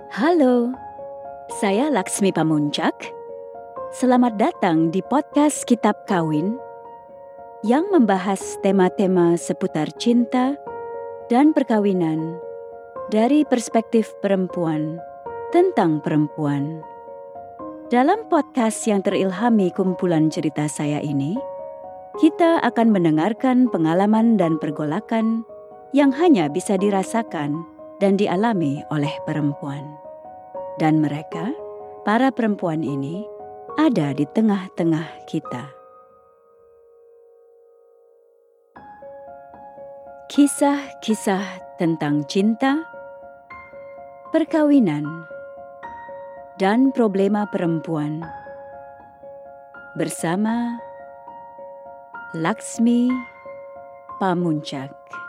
Halo, saya Laksmi Pamuncak. Selamat datang di podcast Kitab Kawin yang membahas tema-tema seputar cinta dan perkawinan dari perspektif perempuan tentang perempuan. Dalam podcast yang terilhami kumpulan cerita saya ini, kita akan mendengarkan pengalaman dan pergolakan yang hanya bisa dirasakan dan dialami oleh perempuan. Dan mereka, para perempuan ini, ada di tengah-tengah kita. Kisah-kisah tentang cinta, perkawinan, dan problema perempuan. Bersama Laksmi Pamuncak.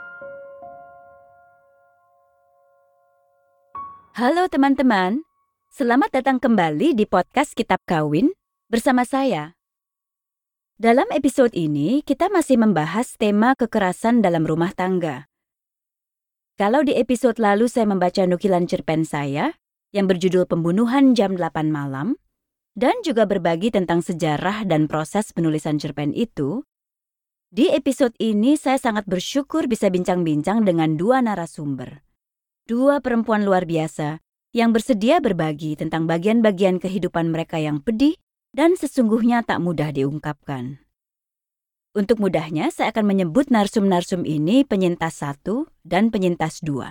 Halo teman-teman, selamat datang kembali di podcast Kitab Kawin bersama saya. Dalam episode ini, kita masih membahas tema kekerasan dalam rumah tangga. Kalau di episode lalu saya membaca nukilan cerpen saya yang berjudul Pembunuhan Jam 8 Malam dan juga berbagi tentang sejarah dan proses penulisan cerpen itu, di episode ini saya sangat bersyukur bisa bincang-bincang dengan dua narasumber. Dua perempuan luar biasa yang bersedia berbagi tentang bagian-bagian kehidupan mereka yang pedih dan sesungguhnya tak mudah diungkapkan. Untuk mudahnya, saya akan menyebut narsum-narsum ini penyintas 1 dan penyintas 2.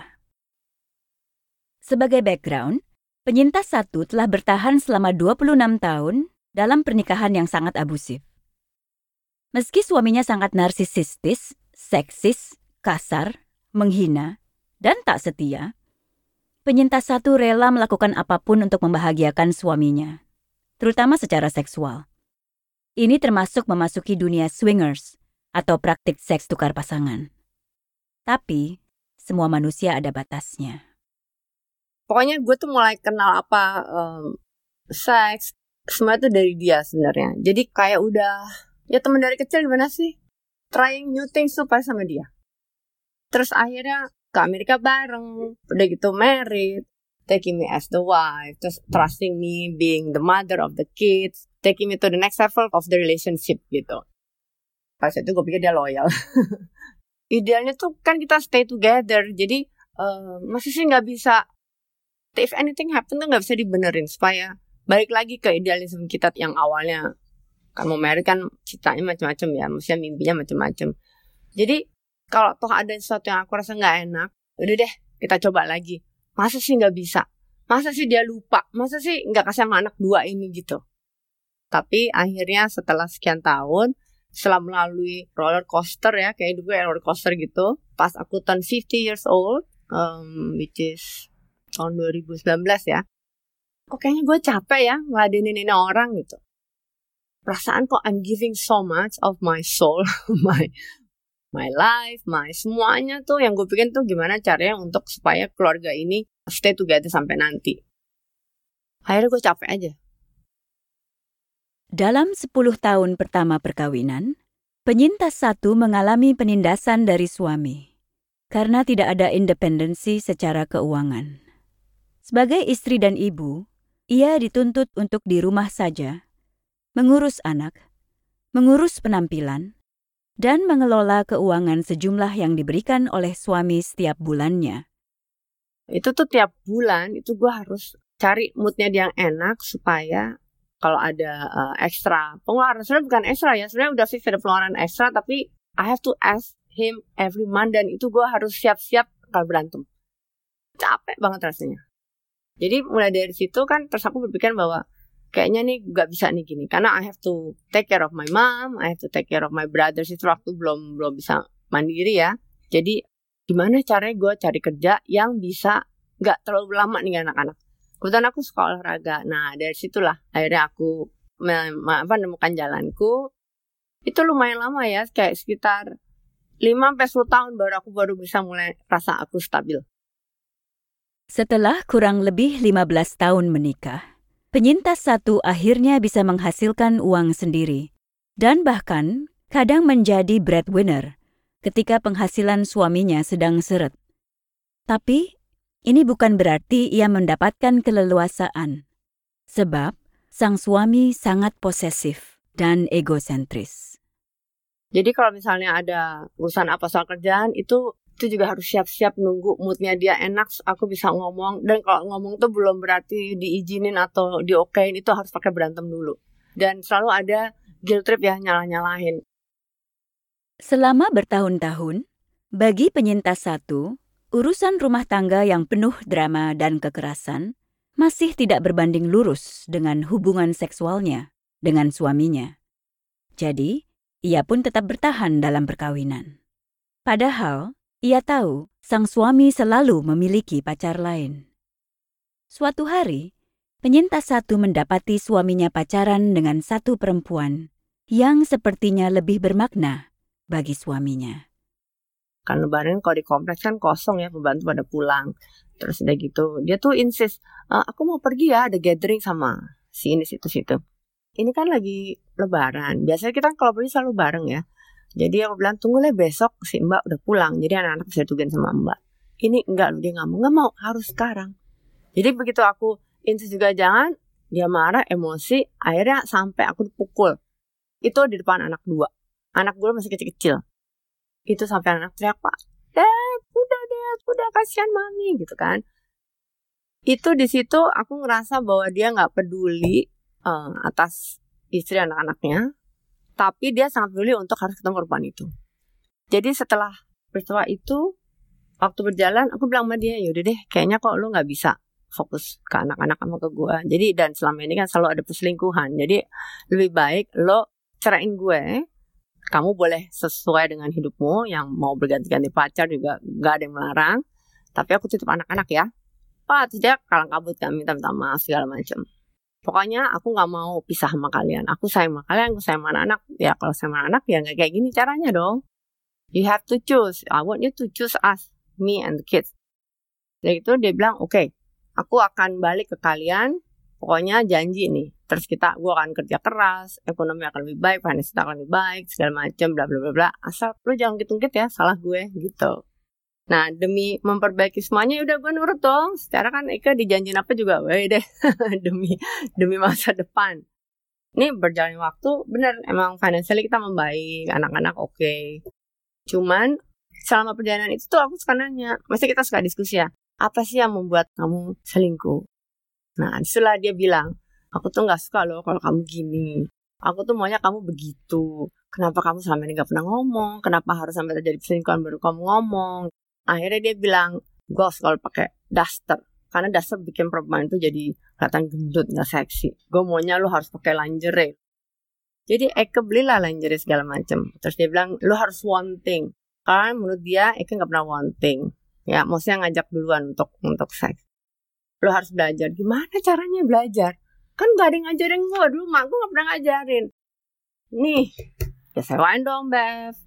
Sebagai background, penyintas 1 telah bertahan selama 26 tahun dalam pernikahan yang sangat abusif. Meski suaminya sangat narsisistis, seksis, kasar, menghina, dan tak setia, penyintas 1 rela melakukan apapun untuk membahagiakan suaminya, terutama secara seksual. Ini termasuk memasuki dunia swingers atau praktik seks tukar pasangan. Tapi, semua manusia ada batasnya. Pokoknya gue tuh mulai kenal seks, semua itu dari dia sebenarnya. Jadi kayak udah, ya teman dari kecil gimana sih? Trying new things tuh pas sama dia. Terus akhirnya ke Amerika bareng, udah gitu married, taking me as the wife, terus trusting me being the mother of the kids, taking me to the next level of the relationship gitu. Pas itu gue pikir dia loyal. Idealnya tuh kan kita stay together, jadi masih sih nggak bisa, if anything happen tuh nggak bisa dibenerin, supaya balik lagi ke idealisme kita yang awalnya, kan mau married kan citanya macam-macam ya, maksudnya mimpinya macam-macam. Jadi kalau toh ada sesuatu yang aku rasa nggak enak, udah deh kita coba lagi. Masa sih nggak bisa? Masa sih dia lupa? Masa sih nggak kasih sama anak 2 ini gitu? Tapi akhirnya setelah sekian tahun, setelah melalui roller coaster ya, kayak hidup gue roller coaster gitu, pas aku turn 50 years old, which is tahun 2019 ya, kok kayaknya gue capek ya ngeladenin ini orang gitu. Perasaan kok I'm giving so much of my soul, my life, my semuanya tuh yang gue bikin tuh gimana caranya untuk supaya keluarga ini stay together sampai nanti. Akhirnya gue capek aja. Dalam 10 tahun pertama perkawinan, penyintas 1 mengalami penindasan dari suami karena tidak ada independensi secara keuangan. Sebagai istri dan ibu, ia dituntut untuk di rumah saja, mengurus anak, mengurus penampilan, dan mengelola keuangan sejumlah yang diberikan oleh suami setiap bulannya. Itu tuh tiap bulan, itu gue harus cari moodnya dia yang enak supaya kalau ada ekstra pengeluaran, sebenarnya bukan ekstra ya, sebenarnya udah fix ada pengeluaran ekstra, tapi I have to ask him every month, dan itu gue harus siap-siap kalau berantem. Capek banget rasanya. Jadi mulai dari situ kan, terus aku berpikir bahwa kayaknya nih gak bisa nih gini, karena I have to take care of my mom, I have to take care of my brothers. Itu waktu belum bisa mandiri ya. Jadi gimana caranya gue cari kerja yang bisa gak terlalu lama nih anak-anak. Kebetulan aku suka olahraga. Nah dari situlah akhirnya aku menemukan jalanku. Itu lumayan lama ya, kayak sekitar 5-10 tahun baru bisa mulai rasa aku stabil. Setelah kurang lebih 15 tahun menikah, penyintas 1 akhirnya bisa menghasilkan uang sendiri dan bahkan kadang menjadi breadwinner ketika penghasilan suaminya sedang seret. Tapi Ini bukan berarti ia mendapatkan keleluasaan, sebab sang suami sangat posesif dan egosentris. Jadi kalau misalnya ada urusan apa soal kerjaan, itu juga harus siap-siap nunggu moodnya dia enak, aku bisa ngomong. Dan kalau ngomong tuh belum berarti diizinin atau diokein, itu harus pakai berantem dulu. Dan selalu ada guilt trip ya, nyalah-nyalahin. Selama bertahun-tahun, bagi penyintas satu, urusan rumah tangga yang penuh drama dan kekerasan masih tidak berbanding lurus dengan hubungan seksualnya dengan suaminya. Jadi, ia pun tetap bertahan dalam perkawinan. Padahal, ia tahu sang suami selalu memiliki pacar lain. Suatu hari, penyintas satu mendapati suaminya pacaran dengan satu perempuan yang sepertinya lebih bermakna bagi suaminya. Kan lebaran kalau di kompleks kan kosong ya, pembantu pada pulang. Terus udah gitu, dia tuh insist, aku mau pergi ya, ada gathering sama si ini situ-situ. Ini kan lagi lebaran, biasanya kita kalau pergi selalu bareng ya. Jadi aku bilang, tunggu lah besok si mbak udah pulang, jadi anak-anak bisa tugas sama mbak. Ini enggak, dia nggak mau, harus sekarang. Jadi begitu aku insist juga jangan, dia marah, emosi, akhirnya sampai aku dipukul. Itu di depan anak 2. Anak gue masih kecil-kecil. Itu sampai anak teriak, Pak, Dad, udah kasihan mami gitu kan. Itu di situ aku ngerasa bahwa dia nggak peduli atas istri anak-anaknya, tapi dia sangat peduli untuk harus ketemu perempuan itu. Jadi setelah peristiwa itu, waktu berjalan aku bilang sama dia, yaudah deh, kayaknya kok lu nggak bisa fokus ke anak-anak sama ke gue. Jadi dan selama ini kan selalu ada perselingkuhan. Jadi lebih baik lo ceraiin gue. Kamu boleh sesuai dengan hidupmu, yang mau berganti-ganti pacar juga gak ada yang melarang. Tapi aku titip anak-anak ya. Pak, tidak kalang kabut, kami minta maaf segala macam. Pokoknya aku gak mau pisah sama kalian. Aku sayang sama kalian, aku sayang sama anak-anak. Ya kalau sama anak ya gak kayak gini caranya dong. You have to choose. I want you to choose us, me and the kids. Dari itu dia bilang, oke, aku akan balik ke kalian. Pokoknya janji nih. Terus gue akan kerja keras, ekonomi akan lebih baik, finance akan lebih baik, segala macam, bla bla bla bla. Asal lu jangan ngungkit ya, salah gue gitu. Nah demi memperbaiki semuanya, udah gue nurut dong. Secara kan Eka dijanjin apa juga, weh deh demi masa depan. Ini berjalan waktu, bener emang financially kita membaik, anak-anak oke. Cuman selama perjalanan itu tuh aku suka nanya, masih kita suka diskusi ya, apa sih yang membuat kamu selingkuh? Nah disitulah dia bilang, aku tuh gak suka loh kalau kamu gini. Aku tuh maunya kamu begitu. Kenapa kamu selama ini gak pernah ngomong? Kenapa harus sampai terjadi perselingkuhan baru kamu ngomong? Akhirnya dia bilang, gue kalau pakai daster. Karena daster bikin perempuan itu jadi kelihatan gendut, gak seksi. Gue maunya lu harus pakai lingerie. Jadi Eke belilah lingerie segala macam. Terus dia bilang, lu harus wanting. Karena menurut dia Eke gak pernah wanting. Ya maksudnya ngajak duluan untuk seks. Lu harus belajar. Gimana caranya belajar? Kan gak ada yang ngajarin gue dulu, mak gue gak pernah ngajarin. Nih, ya sewain dong, Bev.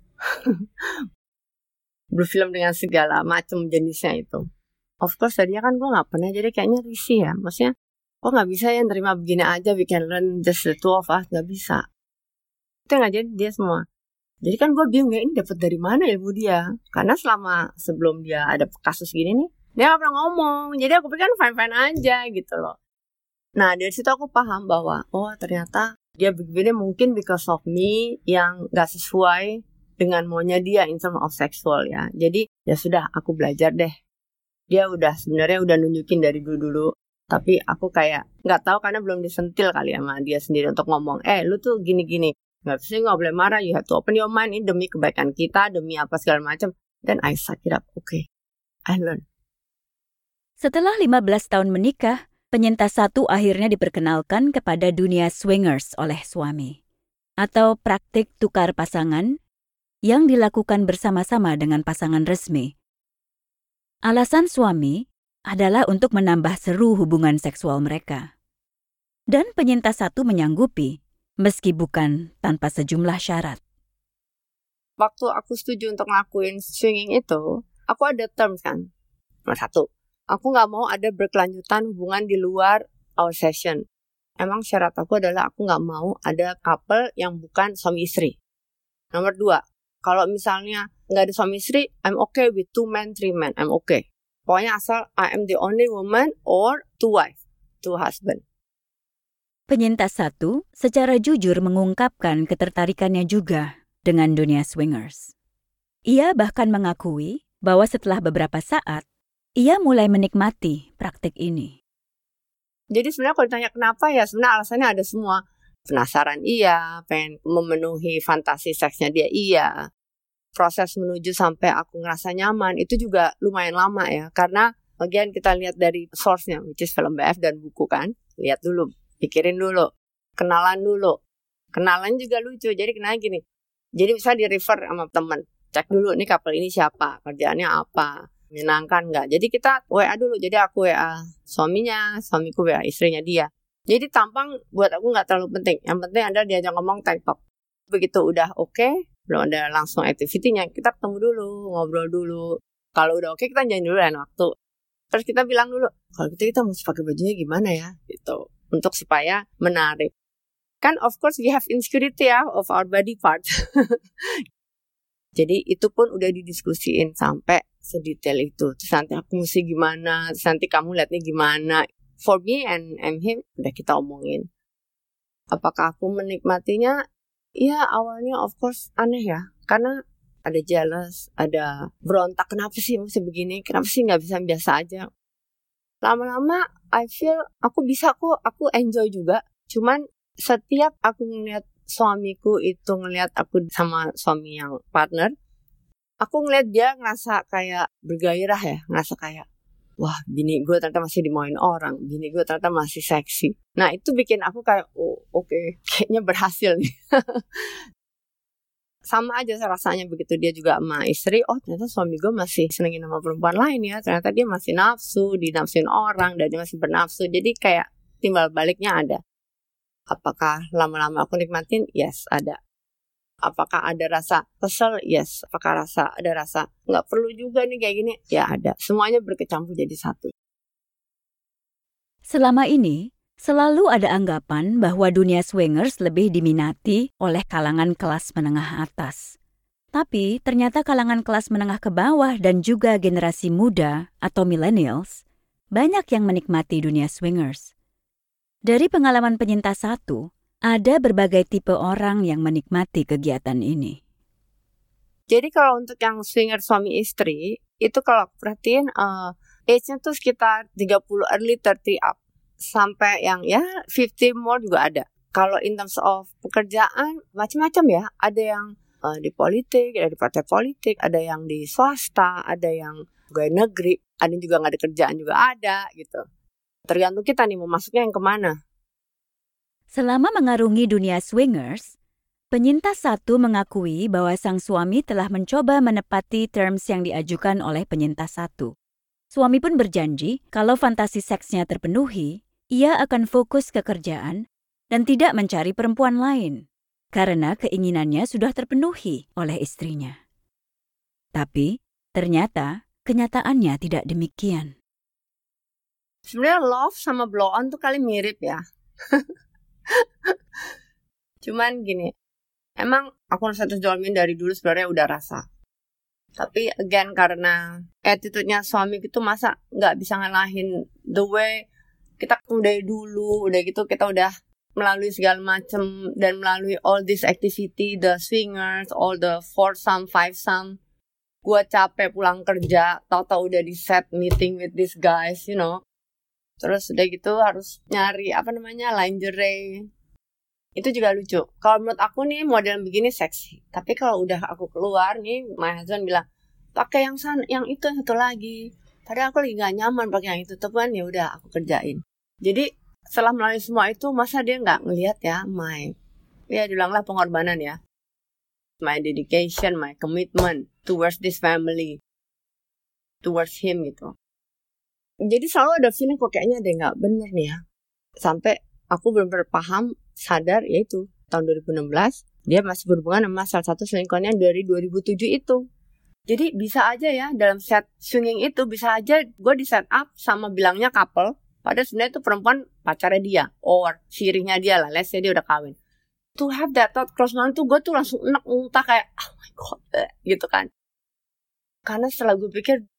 Berfilm dengan segala macam jenisnya itu. Of course, tadinya kan gue gak pernah, jadi kayaknya risih ya. Maksudnya, kok gak bisa ya nerima begini aja, we can learn just the two of us, gak bisa. Itu yang ngajarin dia semua. Jadi kan gue bingung ya, ini dapat dari mana ilmu dia. Karena sebelum dia ada kasus gini nih, dia gak pernah ngomong. Jadi aku pikir kan fine-fine aja gitu loh. Nah dari situ aku paham bahwa ternyata dia begini mungkin because of me yang gak sesuai dengan maunya dia in terms of sexual ya. Jadi ya sudah aku belajar deh. Dia sebenarnya udah nunjukin dari dulu. Tapi aku kayak gak tahu karena belum disentil kali sama dia sendiri untuk ngomong, lu tuh gini-gini. Gak boleh marah, you have to open your mind. Ini demi kebaikan kita, demi apa segala macam. Dan I suck it up, okay. I learn. Setelah 15 tahun menikah, penyintas satu akhirnya diperkenalkan kepada dunia swingers oleh suami, atau praktik tukar pasangan yang dilakukan bersama-sama dengan pasangan resmi. Alasan suami adalah untuk menambah seru hubungan seksual mereka. Dan penyintas satu menyanggupi, meski bukan tanpa sejumlah syarat. Waktu aku setuju untuk ngelakuin swinging itu, aku ada terms kan. Nomor 1. Aku gak mau ada berkelanjutan hubungan di luar our session. Emang syarat aku adalah aku gak mau ada couple yang bukan suami istri. Nomor 2, kalau misalnya gak ada suami istri, I'm okay with 2 men, 3 men, I'm okay. Pokoknya asal I am the only woman or two wife, two husband. Penyintas satu secara jujur mengungkapkan ketertarikannya juga dengan dunia swingers. Ia bahkan mengakui bahwa setelah beberapa saat, ia mulai menikmati praktik ini. Jadi sebenarnya kalau ditanya kenapa ya, sebenarnya alasannya ada semua. Penasaran iya, pengen memenuhi fantasi seksnya dia iya. Proses menuju sampai aku ngerasa nyaman itu juga lumayan lama ya. Karena bagian kita lihat dari source-nya, which is film BF dan buku kan. Lihat dulu, pikirin dulu, kenalan dulu. Kenalan juga lucu, jadi kenalan gini. Jadi bisa di-refer sama teman. Cek dulu nih couple ini siapa, kerjaannya apa, menyenangkan nggak. Jadi kita WA dulu, jadi aku WA suaminya, suamiku WA istrinya dia. Jadi tampang buat aku nggak terlalu penting. Yang penting adalah diajak ngomong TikTok. Begitu udah oke, belum ada langsung activity-nya, kita ketemu dulu, ngobrol dulu. Kalau udah oke, kita janjian dulu lain waktu. Terus kita bilang dulu, kalau gitu kita mesti pakai bajunya gimana ya, gitu. Untuk supaya menarik. Kan of course we have insecurity ya of our body part. Jadi itu pun udah didiskusiin sampai sedetail itu. Terus nanti aku mesti gimana, terus nanti kamu lihatnya gimana. For me and him, udah kita omongin. Apakah aku menikmatinya? Ya awalnya of course aneh ya. Karena ada jealous, ada berontak. Kenapa sih mesti begini? Kenapa sih gak bisa biasa aja? Lama-lama I feel aku bisa kok, aku enjoy juga. Cuman setiap aku ngeliat suamiku itu ngeliat aku sama suami yang partner, aku ngeliat dia ngerasa kayak bergairah ya, ngerasa kayak wah bini gue ternyata masih dimauin orang, bini gue ternyata masih seksi. Nah itu bikin aku kayak oh oke, kayaknya berhasil nih. Sama aja rasanya begitu dia juga sama istri, oh ternyata suami gue masih senengin sama perempuan lain ya, ternyata dia masih nafsu, dinafsuin orang dan dia masih bernafsu. Jadi kayak timbal baliknya ada. Apakah lama-lama aku nikmatin? Yes, ada. Apakah ada rasa kesel? Yes. Apakah ada rasa nggak perlu juga nih kayak gini? Ya ada. Semuanya berkecampur jadi satu. Selama ini, selalu ada anggapan bahwa dunia swingers lebih diminati oleh kalangan kelas menengah atas. Tapi ternyata kalangan kelas menengah ke bawah dan juga generasi muda atau millennials banyak yang menikmati dunia swingers. Dari pengalaman penyintas satu, ada berbagai tipe orang yang menikmati kegiatan ini. Jadi kalau untuk yang swinger suami istri, itu kalau aku perhatiin age-nya tuh sekitar 30 early 30 up. Sampai yang ya 50 more juga ada. Kalau in terms of pekerjaan, macam-macam ya. Ada yang di politik, ada di partai politik, ada yang di swasta, ada yang pegawai negeri, ada yang juga nggak ada kerjaan juga ada gitu. Tergantung kita nih mau masuknya yang kemana. Selama mengarungi dunia swingers, penyintas satu mengakui bahwa sang suami telah mencoba menepati terms yang diajukan oleh penyintas satu. Suami pun berjanji kalau fantasi seksnya terpenuhi, ia akan fokus ke kerjaan dan tidak mencari perempuan lain karena keinginannya sudah terpenuhi oleh istrinya. Tapi ternyata kenyataannya tidak demikian. Sebenarnya love sama blow on tuh kali mirip ya. Cuman gini, emang aku rasa jolmin dari dulu sebenarnya udah rasa. Tapi again karena attitude-nya suami gitu masa gak bisa ngalahin the way kita dari dulu, udah gitu kita udah melalui segala macam dan melalui all this activity, the swingers, all the foursome, fivesome. Gua capek pulang kerja, tau-tau udah di set meeting with these guys, you know. Terus udah gitu harus nyari lingerie. Itu juga lucu. Kalau menurut aku nih model begini seksi. Tapi kalau udah aku keluar nih, my husband bilang, pakai yang itu satu lagi. Padahal aku lagi gak nyaman pakai yang itu. Tapi kan ya udah aku kerjain. Jadi setelah melalui semua itu, masa dia gak ngelihat ya bilanglah pengorbanan ya. My dedication, my commitment towards this family, towards him gitu. Jadi selalu ada feeling kok kayaknya ada yang gak bener nih ya. Sampai aku benar-benar paham, sadar yaitu tahun 2016 dia masih berhubungan sama salah satu selingkuhannya dari 2007 itu. Jadi bisa aja ya dalam set swinging itu bisa aja gue di set up sama bilangnya couple, padahal sebenarnya itu perempuan pacarnya dia or sirihnya dia lah, let's say dia udah kawin. To have that thought cross mind tuh gue tuh langsung enak muntah kayak oh my god gitu kan. Karena setelah gue pikir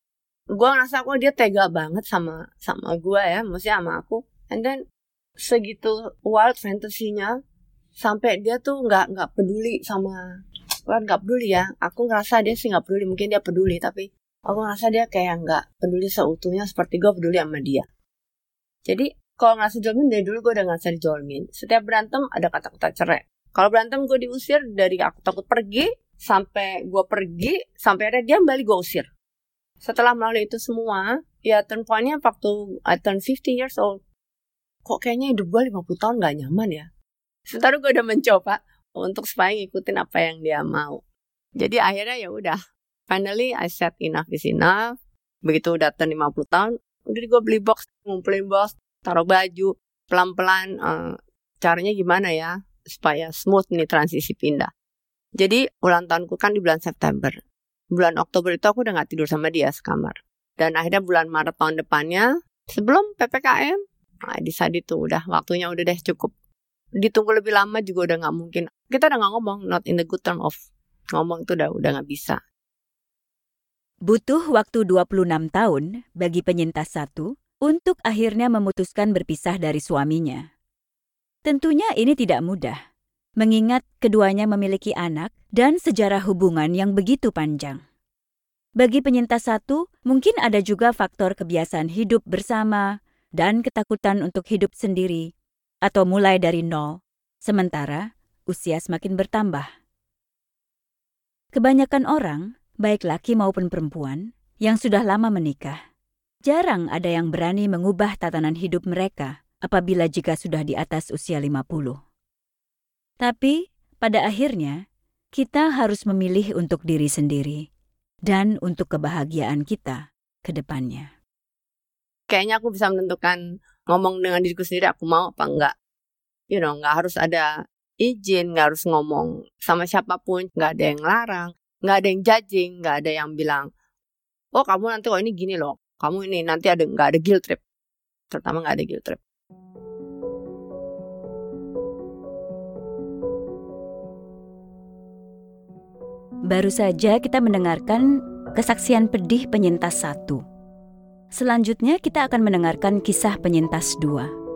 gue ngerasa kok dia tega banget sama gue ya, maksudnya sama aku. And then segitu wild fantasinya sampai dia tuh nggak peduli sama, bukan nggak peduli ya, aku ngerasa dia sih nggak peduli, mungkin dia peduli, tapi aku ngerasa dia kayak nggak peduli seutuhnya seperti gue peduli sama dia. Jadi kalau ngerasa dijolmin, dari dulu gue udah ngerasa dijolmin. Setiap berantem ada kata-kata cerai. Kalau berantem gue diusir, dari aku takut pergi sampai gue pergi, sampai akhirnya dia balik gue usir. Setelah melalui itu semua, ya turn point-nya waktu I turn 50 years old, kok kayaknya hidup gue 50 tahun gak nyaman ya. Sementara gue udah mencoba untuk supaya ngikutin apa yang dia mau. Jadi akhirnya ya udah, finally I said enough is enough. Begitu udah turn 50 tahun, udah gue beli box, ngumpulin box, taruh baju, pelan-pelan caranya gimana ya supaya smooth nih transisi pindah. Jadi ulang tahunku kan di bulan September. Bulan Oktober itu aku udah gak tidur sama dia sekamar. Dan akhirnya bulan Maret tahun depannya, sebelum PPKM, di saat itu udah waktunya udah deh cukup. Ditunggu lebih lama juga udah gak mungkin. Kita udah gak ngomong, not in the good term of ngomong itu udah gak bisa. Butuh waktu 26 tahun bagi penyintas satu untuk akhirnya memutuskan berpisah dari suaminya. Tentunya ini tidak mudah, mengingat keduanya memiliki anak dan sejarah hubungan yang begitu panjang. Bagi penyintas satu, mungkin ada juga faktor kebiasaan hidup bersama dan ketakutan untuk hidup sendiri, atau mulai dari nol, sementara usia semakin bertambah. Kebanyakan orang, baik laki maupun perempuan, yang sudah lama menikah, jarang ada yang berani mengubah tatanan hidup mereka apabila jika sudah di atas usia 50. Tapi, pada akhirnya, kita harus memilih untuk diri sendiri dan untuk kebahagiaan kita ke depannya. Kayaknya aku bisa menentukan ngomong dengan diriku sendiri aku mau apa enggak. Nggak harus ada izin, nggak harus ngomong sama siapapun, nggak ada yang larang, nggak ada yang judging, nggak ada yang bilang, oh kamu nanti ini gini loh. Kamu ini nanti nggak ada guilt trip. Terutama nggak ada guilt trip. Baru saja kita mendengarkan kesaksian pedih penyintas 1. Selanjutnya kita akan mendengarkan kisah penyintas 2.